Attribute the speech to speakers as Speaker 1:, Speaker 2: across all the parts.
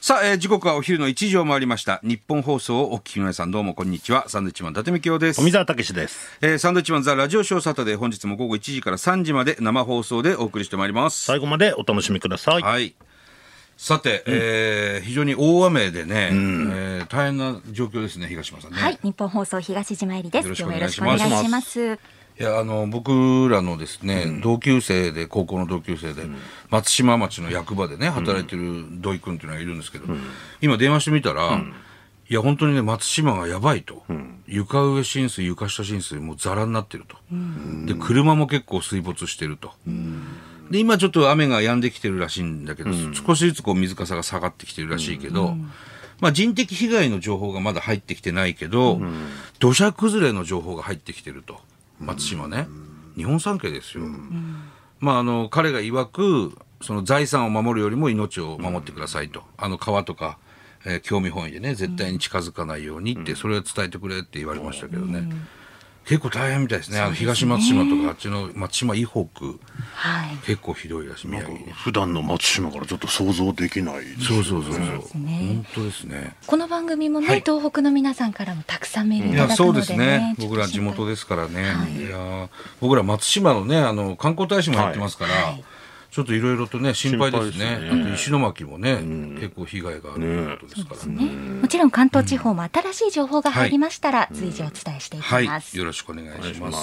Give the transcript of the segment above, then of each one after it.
Speaker 1: さあ、時刻はお昼の1時を回りました。日本放送をお聞きの皆さん、どうもこんにちは。サンドウィッチマン伊達美京です。
Speaker 2: 富澤たけしです。
Speaker 1: サンドウィッチマンザラジオショーサタデー、本日も午後1時から3時まで生放送でお送りしてまいります。
Speaker 2: 最後までお楽しみください。
Speaker 1: はい。さて、非常に大雨でね、大変な状況ですね、東島さんね。
Speaker 3: はい、日本放送東島えりです。
Speaker 1: よろしくお願いし
Speaker 3: 今日も
Speaker 1: ます。
Speaker 3: よろしくお願いします。
Speaker 1: いや僕らのですね、同級生で高校の同級生で、松島町の役場でね働いてる土井君っていうのがいるんですけど、今電話してみたら、いや本当にね松島がやばいと、床上浸水床下浸水もうザラになってると、で車も結構水没してると、で今ちょっと雨が止んできてるらしいんだけど、少しずつこう水かさが下がってきてるらしいけど、まあ、人的被害の情報がまだ入ってきてないけど、土砂崩れの情報が入ってきてると。松島ね、日本三景ですよ。まあ彼が曰くその財産を守るよりも命を守ってくださいと、川とか、興味本位でね絶対に近づかないようにって、それを伝えてくれって言われましたけどね、結構大変みたいですね。東松島とかあっちの松島以北、結構ひどいらしい。宮城ね、
Speaker 2: 普段の松島からちょっと想像できない。
Speaker 1: そう本当ですね。
Speaker 3: この番組もね、東北の皆さんからもたくさんメールいただくのでね。
Speaker 1: そうですね。僕ら地元ですからね。いや僕ら松島のね観光大使もやってますから、ちょっといろいろとね心配ですね。あと石巻もね、結構被害があるということですからね。
Speaker 3: もちろん関東地方も新しい情報が入りましたら、随時お伝えしていきます。
Speaker 1: よろしくお願いします。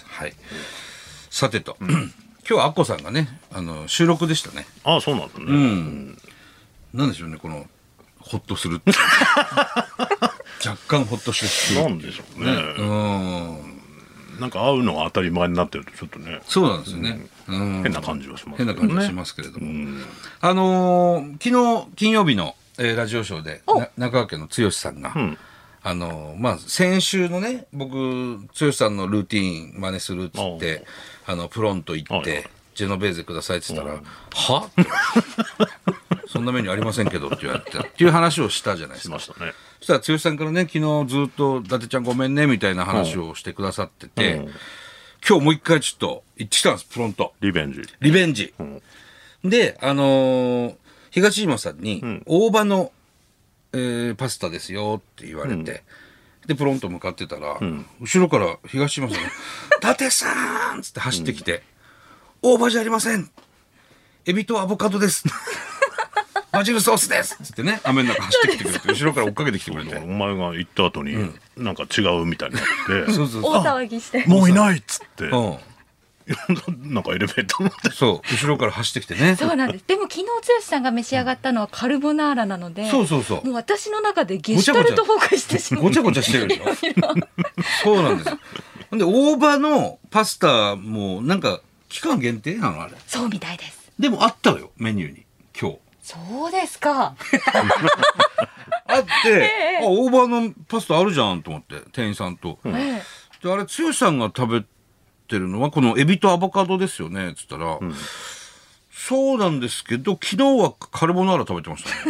Speaker 1: はい。さてと、今日はアッコさんがね収録でしたね。
Speaker 2: ああそうなんだね。
Speaker 1: なんでしょうね、このホッとするって若干ホッとして
Speaker 2: なんでしょうね。なんか会うのが当たり前になってるとちょっとね。
Speaker 1: そうなんですよね。
Speaker 2: 変な感じはします。
Speaker 1: 変な感じはしますけれども、昨日金曜日の、ラジオショーで中川家の剛さんが、まあ先週のね僕剛さんのルーティーン真似するっつってプロント行ってジェノベーゼくださいって言ったら、はそんなメニューありませんけどって言われてっていう話をしたじゃないですか。
Speaker 2: しましたね。
Speaker 1: そしたら剛さんからね、昨日ずっと伊達ちゃんごめんねみたいな話をしてくださってて、今日もう一回ちょっと行ってきたんです。プロント
Speaker 2: リベンジ、
Speaker 1: で東島さんに、大葉の、パスタですよって言われて、でプロント向かってたら、後ろから東島さんが「伊達さん!」っつって走ってきて「大葉じゃありません、エビとアボカドです」バジルソースですっつってね、雨の中走ってきてくれて、後ろから追っかけてきてくれて、
Speaker 2: お前が行った後になんか違うみたいになって
Speaker 1: そう
Speaker 3: 大騒ぎして
Speaker 2: もういないっつって、なんかエレベーター持って
Speaker 1: そう後ろから走ってきてね。
Speaker 3: そうなんです。でも昨日剛さんが召し上がったのはカルボナーラなので、
Speaker 1: そう
Speaker 3: もう私の中でゲシュタルト崩壊してしまう。
Speaker 1: ごちゃごちゃしてるでしょそうなんですよ。で大葉のパスタもなんか期間限定なのあれ。
Speaker 3: そうみたいです。
Speaker 1: でもあったよメニューに今日。
Speaker 3: そうですか。
Speaker 1: あって、大葉のパスタあるじゃんと思って店員さんと、であれ剛さんが食べてるのはこのエビとアボカドですよねっつったら、そうなんですけど昨日はカルボナーラ食べてましたね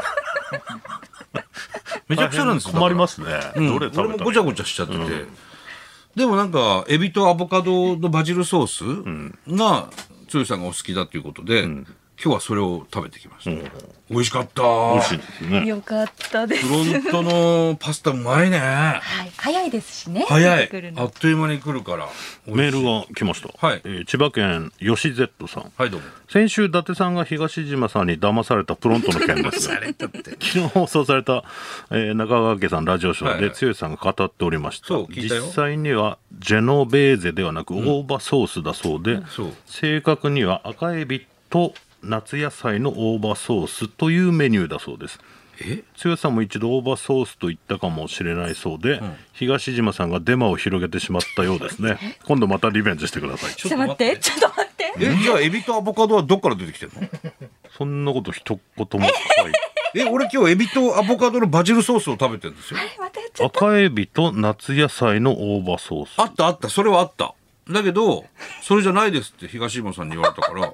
Speaker 1: めちゃくちゃなんですよ。
Speaker 2: 困りますね。どれ食べた
Speaker 1: 俺もごちゃごちゃしちゃってて、でもなんかエビとアボカドのバジルソースが剛さんがお好きだということで、今日はそれを食べてきました。美味しかった。
Speaker 2: 美味しいですね。
Speaker 3: よかったです。
Speaker 1: フロントのパスタうまいね。
Speaker 3: はい、早いですしね。
Speaker 1: 早い。あっという間に来るから。
Speaker 2: メールが来ました。千葉県吉 Z さん。
Speaker 1: はいどうも。
Speaker 2: 先週伊達さんが東島さんに騙されたプロントの件です。昨日放送された、中川家さんラジオショーで剛さんが語っておりました。実際にはジェノベーゼではなく大葉ソースだそうで、正確には赤エビと夏野菜の大葉ソースというメニューだそうです。剛さんも一度大葉ソースと言ったかもしれないそうで、東島さんがデマを広げてしまったようですね。今度またリベンジしてください。
Speaker 3: ちょっと待って。
Speaker 1: じゃあエビとアボカドはどっから出てきてるの？
Speaker 2: そんなこと一言も
Speaker 1: 俺今日エビとアボカドのバジルソースを食べてるんですよ。
Speaker 2: 赤エビと夏野菜の大葉ソース。
Speaker 1: あったそれはあった。だけどそれじゃないですって東島さんに言われたから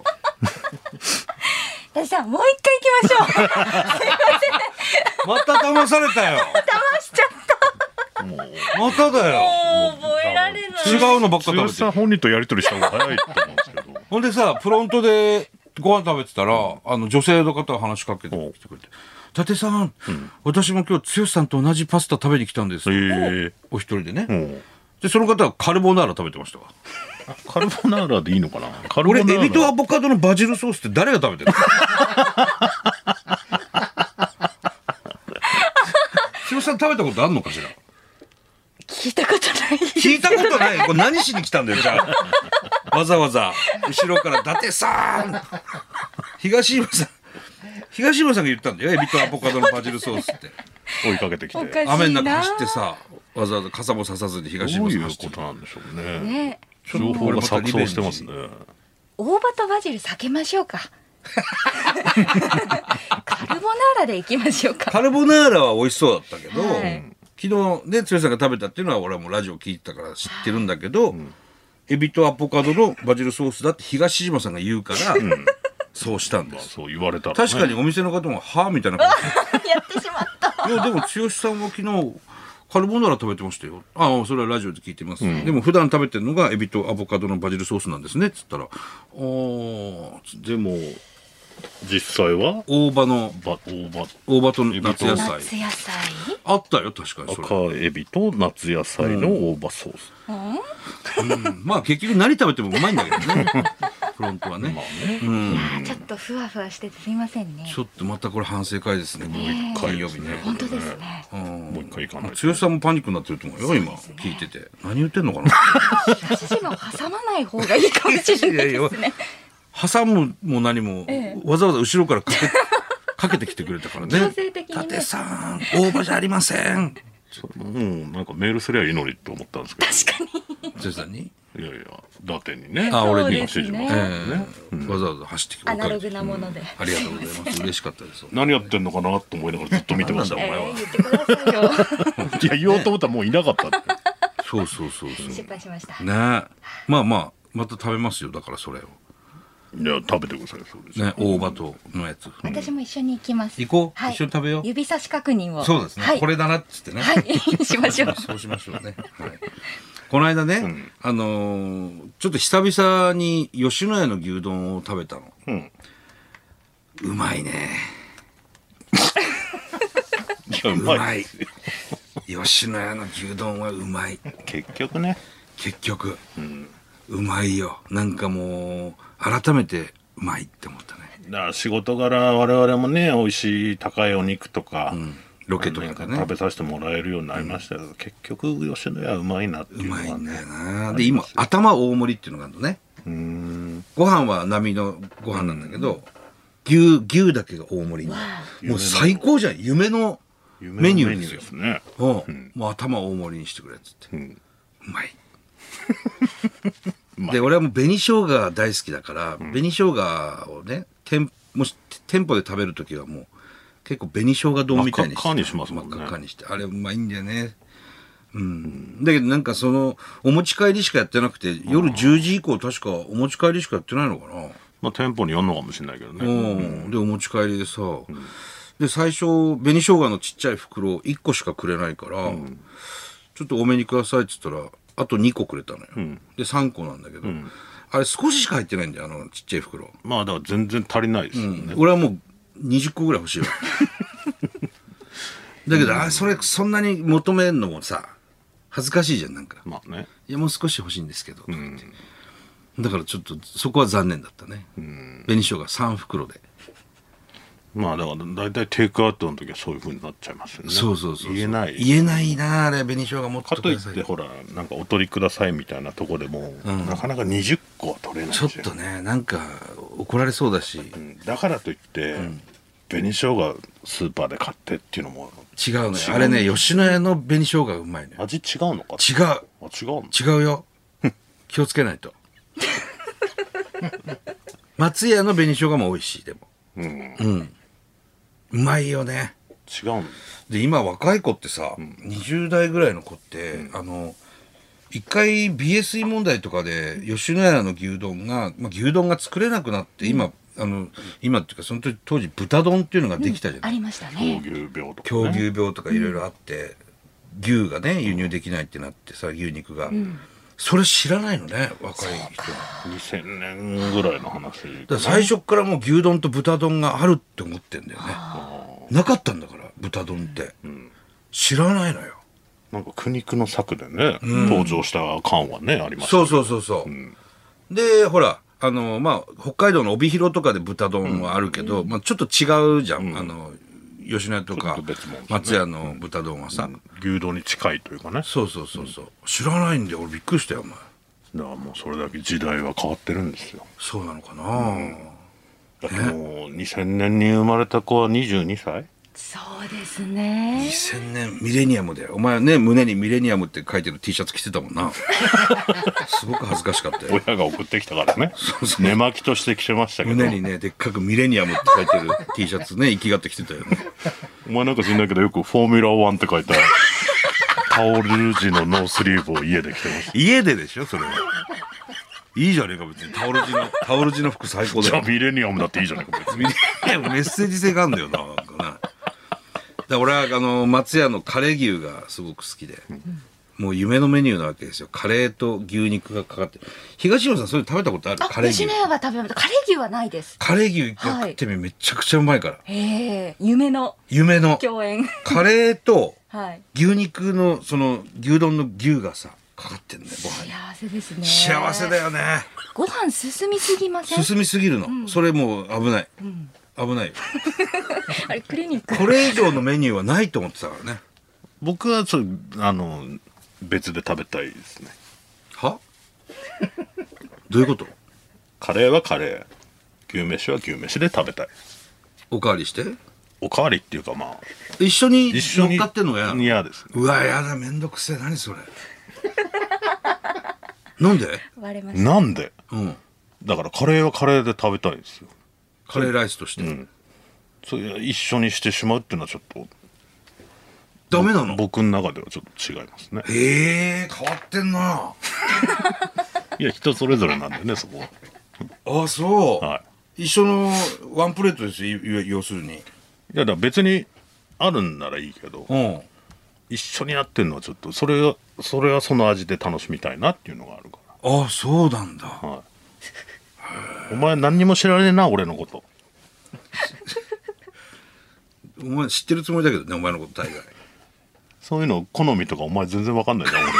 Speaker 3: じゃあもう一回行きましょう。すいません。
Speaker 1: また騙されたよ。
Speaker 3: 騙しちゃった。
Speaker 1: まただよ。
Speaker 3: もう覚えられない。
Speaker 1: 違うのばっか食べてる。
Speaker 2: 剛さん本人とやり取りした方が早いと思うんですけど。
Speaker 1: ほんでさプロントでご飯食べてたら、女性の方が話しかけてきてくれて、 達さん、私も今日剛さんと同じパスタ食べに来たんです、お一人でね、でその方はカルボナーラ食べてましたわ。
Speaker 2: カルボナーラでいいのかな。カルボナーラ、
Speaker 1: 俺エビとアボカドのバジルソースって誰が食べてるの？剛さん食べたことあるのかしら。
Speaker 3: 聞いたことないです。
Speaker 1: 聞いたことない。これ何しに来たんだよじゃあ。わざわざ後ろから伊達さん、東山さんが言ったんだよ、エビとアボカドのバジルソースって
Speaker 2: 追いかけてきて、
Speaker 1: 雨の中走ってさ、わざわざ傘もささずに東山さん
Speaker 2: どういうことなんでしょうね。
Speaker 3: ね、
Speaker 2: 情報が錯綜してますね。
Speaker 3: 大葉とバジル避けましょうか。カルボナーラでいきましょうか。
Speaker 1: カルボナーラは美味しそうだったけど、
Speaker 3: はい、
Speaker 1: 昨日ね剛さんが食べたっていうのは俺はもうラジオ聞いてたから知ってるんだけど、エビとアボカドのバジルソースだって東島さんが言うから、そうしたんです。
Speaker 2: そう言われたら、ね、
Speaker 1: 確かにお店の方もはあみたいな感
Speaker 3: じやってしまった。
Speaker 1: いやでも剛さんは昨日カルボナーラ食べてましたよ。ああ、それはラジオで聞いてます、でも普段食べてるのがエビとアボカドのバジルソースなんですねっつったら、
Speaker 2: でも実際は
Speaker 1: 大葉の大葉と夏野菜あったよ、確かにそれ。
Speaker 2: 赤エビと夏野菜の大葉ソース、
Speaker 1: まあ結局何食べてもうまいんだけどね。フロントはね、
Speaker 3: ちょっとふわふわしててすいませんね。
Speaker 1: ちょっとまたこれ反省会ですね。もう一回曜日ね。
Speaker 3: 本当ですね。
Speaker 2: もう一回行かない。
Speaker 1: 剛さんもパニックになってると思うよ今聞いてて。何言ってんのかな。
Speaker 3: 東島を挟まない方がいいかもしれないですね。
Speaker 1: 挟むも何も、わざわざ後ろからかけてきてくれたからね。伊達さん大葉じゃありません。
Speaker 2: なんかメールすりゃいいのにと思ったんですけど。
Speaker 3: 確かに。
Speaker 1: 剛さんに。
Speaker 2: いやいや、伊達にね。
Speaker 1: 俺に
Speaker 3: 指示も
Speaker 1: わざわざ走ってきて
Speaker 3: アナログなもので、
Speaker 1: ありがとうございます。嬉しかったです。
Speaker 2: 何やってんのかなと思いながらずっと見てました。お前は。
Speaker 3: 言ってくださいよ。
Speaker 2: いや、言おうと思ったらもういなかったって。
Speaker 1: そう
Speaker 3: 失敗しました
Speaker 1: ね。また食べますよ。だからそれを。
Speaker 2: いや、食べてください。そうです
Speaker 1: ね、大葉とのやつ。
Speaker 3: 私も一緒に行きます。
Speaker 1: 行こう。一緒に食べよう。
Speaker 3: 指差し確認を。
Speaker 1: そうですね。これだなっつってね。
Speaker 3: はい。しましょう。
Speaker 1: そうしましょうね。この間ね、ちょっと久々に吉野家の牛丼を食べたの。うまいね。うまい。吉野家の牛丼はうまい。
Speaker 2: 結局ね。
Speaker 1: うまいよ。なんかもう改めてうまいって思ったね。
Speaker 2: だから仕事柄我々もね、美味しい高いお肉とか、
Speaker 1: ロケとかね
Speaker 2: 食べさせてもらえるようになりましたけど、結局吉野家はうまいなっていうのはね。
Speaker 1: うまいんだよな。で今頭大盛りっていうのがあるのね。ご飯は並のご飯なんだけど、牛だけが大盛りに。もう最高じゃん。夢のメニューですよね。もう頭大盛りにしてくれっつって、うまい。で俺はもう紅生姜大好きだから、紅生姜をね、もし店舗で食べるときはもう結構紅生姜丼みたいにして、
Speaker 2: 真っ赤にしますもんね。
Speaker 1: 真っ赤にして、あれうまいんだよね。だけどなんかそのお持ち帰りしかやってなくて、夜10時以降確かお持ち帰りしかやってないのかな。
Speaker 2: まあ店舗によんのかもしれないけどね。
Speaker 1: でお持ち帰りでさ、で最初紅生姜のちっちゃい袋1個しかくれないから、ちょっと多めにくださいっつったらあと2個くれたのよ。で3個なんだけど、あれ少ししか入ってないんだよ、ちっちゃい袋。
Speaker 2: まあだから全然足りないですよね。
Speaker 1: 俺はもう20個ぐらい欲しいわ。だけどそんなに求めるのもさ恥ずかしいじゃん。なんか
Speaker 2: まあね、
Speaker 1: いやもう少し欲しいんですけど、だからちょっとそこは残念だったね。紅生姜3袋で。
Speaker 2: まあだから大体テイクアウトの時はそういう風になっちゃいますよね。
Speaker 1: そう
Speaker 2: 言えない
Speaker 1: な、あれ紅生姜持ってください。
Speaker 2: かといってほらなんかお取りくださいみたいなとこでも、なかなか20個は取れない
Speaker 1: ちょっとね、なんか怒られそうだし、
Speaker 2: だからといって、紅生姜スーパーで買ってっていうのも
Speaker 1: 違うね。あれね、吉野家の紅生姜がうまいね。
Speaker 2: 味違うのか。
Speaker 1: 違うよ。気をつけないと。松屋の紅生姜も美味しい。でもうまいよね。
Speaker 2: 違うん
Speaker 1: で今若い子ってさ、20代ぐらいの子って、一回 BSE 問題とかで吉野家の牛丼が、牛丼が作れなくなって、今っていうかその当時豚丼っていうのができたじゃない、
Speaker 3: ありましたね。
Speaker 1: 狂牛病とかいろいろあって、牛がね輸入できないってなってさ、牛肉が、それ知らないのね、若い人は。
Speaker 2: 2000年ぐらいの話
Speaker 1: だから最初からもう牛丼と豚丼があるって思ってんだよね。 なかったんだから豚丼って、知らないのよ。
Speaker 2: なんか苦肉の策でね、登場した感はねありましたね。
Speaker 1: そう、でほらまあ北海道の帯広とかで豚丼はあるけど、まあ、ちょっと違うじゃん、吉野家とか松屋の豚丼はさ、
Speaker 2: 牛丼に近いというかね。
Speaker 1: そう、知らないんで俺びっくりしたよお前。
Speaker 2: だからもうそれだけ時代は変わってるんですよ。
Speaker 1: そうなのかな、
Speaker 2: だってもう2000年に生まれた子は22歳。
Speaker 3: そうですね。
Speaker 1: 2000年ミレニアムでお前ね、胸にミレニアムって書いてる T シャツ着てたもんな。すごく恥ずかしかったよ。
Speaker 2: 親が送ってきたからね。寝巻きとして着てましたけど、
Speaker 1: 胸にねでっかくミレニアムって書いてる T シャツね、生きがって着てたよね。
Speaker 2: お前なんか知んないけどよくフォーミュラー1って書いたタオル地のノースリーブを家で着てます。
Speaker 1: 家ででしょそれは。いいじゃねえか別に。タオル地の服最高だよ。
Speaker 2: じゃあミレニアムだっていいじゃないか別に。
Speaker 1: メッセージ性があるんだよな。なんかな。だ俺は松屋のカレー牛がすごく好きで、もう夢のメニューなわけですよ。カレーと牛肉がかかって。東野さんそういうの食べたことある？カレー牛。
Speaker 3: 吉野家は食べました。カレー牛はないです。
Speaker 1: カレー牛一回食ってみ、めちゃくちゃうまいから。
Speaker 3: 夢の共演。
Speaker 1: カレーと
Speaker 3: はい、
Speaker 1: 牛肉のその牛丼の牛がさかかってんだよご飯に。
Speaker 3: 幸せですね。
Speaker 1: 幸せだよね。
Speaker 3: ご飯進みすぎません？
Speaker 1: 進みすぎるの、それもう危ない、危ないよ。
Speaker 3: あれクリニック。
Speaker 1: これ以上のメニューはないと思ってたからね。
Speaker 2: 僕はそう別で食べたいですね。
Speaker 1: はどういうこと？
Speaker 2: カレーはカレー、牛飯は牛飯で食べたい。
Speaker 1: おかわりして？
Speaker 2: おかわりっていうかまあ
Speaker 1: 一緒に乗っかってんのが
Speaker 2: 嫌です、ね。
Speaker 1: うわやだ、めんどくせえ。何それ。なんで？
Speaker 3: 割れました。
Speaker 2: なんで？
Speaker 1: だ
Speaker 2: からカレーはカレーで食べたいですよ。
Speaker 1: カレーライスとして、
Speaker 2: それ一緒にしてしまうっていうのはちょっと
Speaker 1: ダメなの？
Speaker 2: 僕の中ではちょっと違いますね。
Speaker 1: 変わってんな。
Speaker 2: いや人それぞれなんだよねそこは。
Speaker 1: あ、そう、
Speaker 2: はい、
Speaker 1: 一緒のワンプレートですよ要するに。
Speaker 2: いやだから別にあるんならいいけど、一緒にやってるのはちょっとそれはその味で楽しみたいなっていうのがあるから。
Speaker 1: あ、そうなんだ。
Speaker 2: はい、お前何にも知らねえな俺のこと。
Speaker 1: お前知ってるつもりだけどね、お前のこと大概。
Speaker 2: そういうの好みとかお前全然わかんないじゃん俺。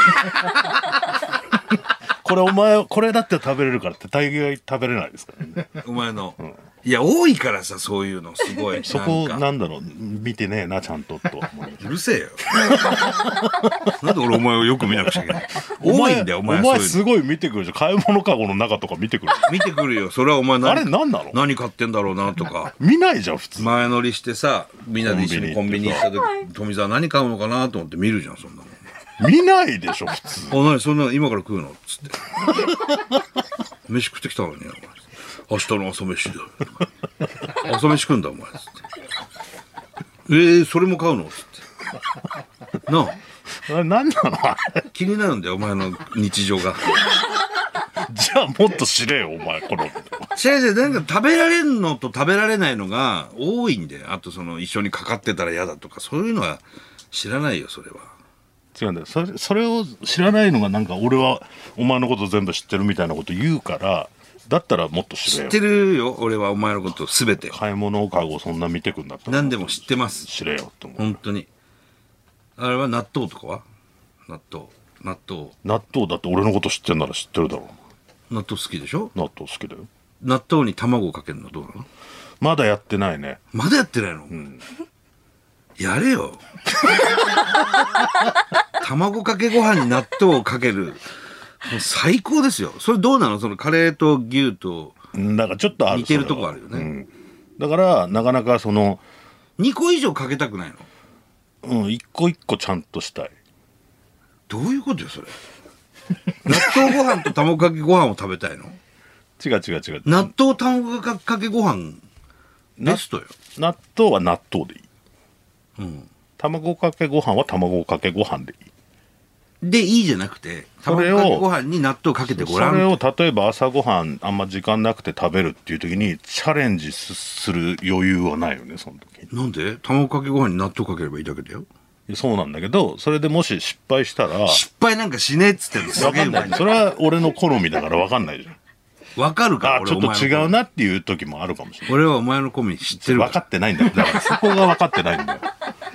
Speaker 2: これお前これだって食べれるからって大概食べれないですからね。
Speaker 1: お前の、いや多いからさ、そういうのすごい。
Speaker 2: そこなんだろう、見てねえなちゃんとと思
Speaker 1: うるせえよ。なんで俺お前をよく見なくちゃいけない。多いんだよお前。
Speaker 2: お前すごい見てくるじゃん。買い物カゴの中とか見てくる。
Speaker 1: 見てくるよ。それはお前
Speaker 2: あれ何なの？
Speaker 1: 何買ってんだろうなとか。
Speaker 2: 見ないじゃん普通。
Speaker 1: 前乗りしてさ、みんなで一緒にコンビニ行った時、富澤何買うのかなと思って見るじゃん、そんなの。
Speaker 2: 見ないでしょ普通。
Speaker 1: 何そんな今から食うのっつって。飯食ってきたのに、明日の朝飯だよ。朝飯食うんだお前っつって。それも買うのっつって。なあ。
Speaker 2: 何なの
Speaker 1: 気になるんだよお前の日常が。
Speaker 2: じゃあもっと知れよお前この。
Speaker 1: 違うなんか食べられるのと食べられないのが多いんで、あとその一緒にかかってたら嫌だとかそういうのは知らないよそれは。
Speaker 2: 違うんだよそれを知らないのがなんか俺はお前のこと全部知ってるみたいなこと言うから、だったらもっと知れよ。
Speaker 1: 知ってるよ俺はお前のことすべて。
Speaker 2: 買い物カゴそんな見てくんだったら
Speaker 1: 何でも知ってます。
Speaker 2: 知れよって思う。
Speaker 1: 本当に。あれは納豆とかは？納豆
Speaker 2: だって俺のこと知ってんなら知ってるだろう。
Speaker 1: 納豆好きでしょ？
Speaker 2: 納豆好きだよ。
Speaker 1: 納豆に卵をかけるのどうなの？
Speaker 2: まだやってないね。
Speaker 1: まだやってないの？やれよ。卵かけご飯に納豆をかける。もう最高ですよ。それどうなの？そのカレーと牛と
Speaker 2: なんかちょっとある
Speaker 1: 似てるとこあるよね。
Speaker 2: だからなかなかその
Speaker 1: 2個以上かけたくない
Speaker 2: の？一個一個ちゃんとしたい。
Speaker 1: どういうことよそれ。納豆ご飯と卵かけご飯を食べたいの？
Speaker 2: 違う。
Speaker 1: 納豆卵かけご飯ベストよ。
Speaker 2: 納豆は納豆でいい。卵かけご飯は卵かけご飯でいい。
Speaker 1: でいいじゃなくて、卵かけご飯に納豆かけてごらん。
Speaker 2: それを例えば朝ごはんあんま時間なくて食べるっていう時にチャレンジする余裕はないよねその時に。
Speaker 1: なんで？卵かけご飯に納豆かければいいだけだよ。
Speaker 2: そうなんだけど、それでもし失敗したら。
Speaker 1: 失敗なんかしねえっつってんの。
Speaker 2: 分かんない。それは俺の好みだから分かんないじゃん。
Speaker 1: 分かるか
Speaker 2: ちょっと違うなっていう時もあるかもしれない。
Speaker 1: 俺はお前のコンビ知ってる。
Speaker 2: 分かってないんだよ。だからそこが分かってないんだよ。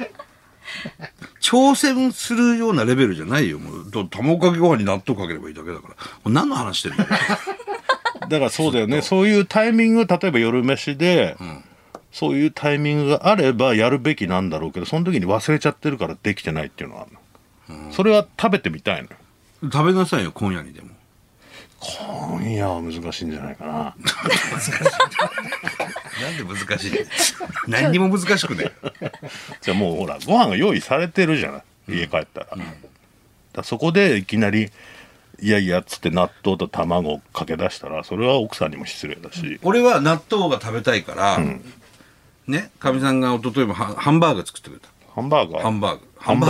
Speaker 1: 挑戦するようなレベルじゃないよ。もう卵かけご飯に納豆かければいいだけだから。もう何の話してるの？
Speaker 2: だからそうだよね。そういうタイミング、例えば夜飯で、そういうタイミングがあればやるべきなんだろうけど、その時に忘れちゃってるからできてないっていうのはあるの。それは食べてみたいのよ。
Speaker 1: 食べなさいよ、今夜にでも。
Speaker 2: 今夜は難しいんじゃないかな。
Speaker 1: 難しい。なんで難しい？何にも難しくね。
Speaker 2: じゃあもうほらご飯が用意されてるじゃない、家帰ったら。だそこでいきなりいやいやっつって納豆と卵をかけ出したら、それは奥さんにも失礼だし。
Speaker 1: 俺は納豆が食べたいから、ね、かみさんが一昨日もハンバーグ作ってくれた。
Speaker 2: ハンバーガーじゃない、ハンバ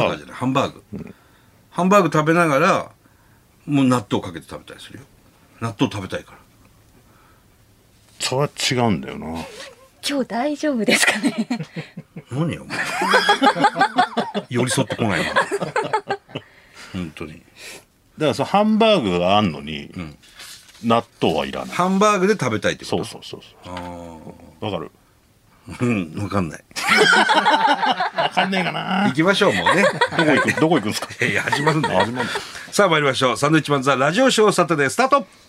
Speaker 1: ーグ食べながらもう納豆かけて食べたりするよ。納豆食べたいから。
Speaker 2: それは違うんだよな。
Speaker 3: 今日大丈夫ですかね。
Speaker 1: 何よ、寄り添ってこないな。本当に。
Speaker 2: だからそのハンバーグがあんのに、納豆はいらない。
Speaker 1: ハンバーグで食べたいってこと？
Speaker 2: そう。わかる？
Speaker 1: わかんない。
Speaker 2: わかんねえかな。
Speaker 1: 行きましょう、もうね。
Speaker 2: どこ行くんですか？
Speaker 1: いや、始まるんだよ。さあ参りましょう。サンドウィッチマンザラジオショーサタデースタート。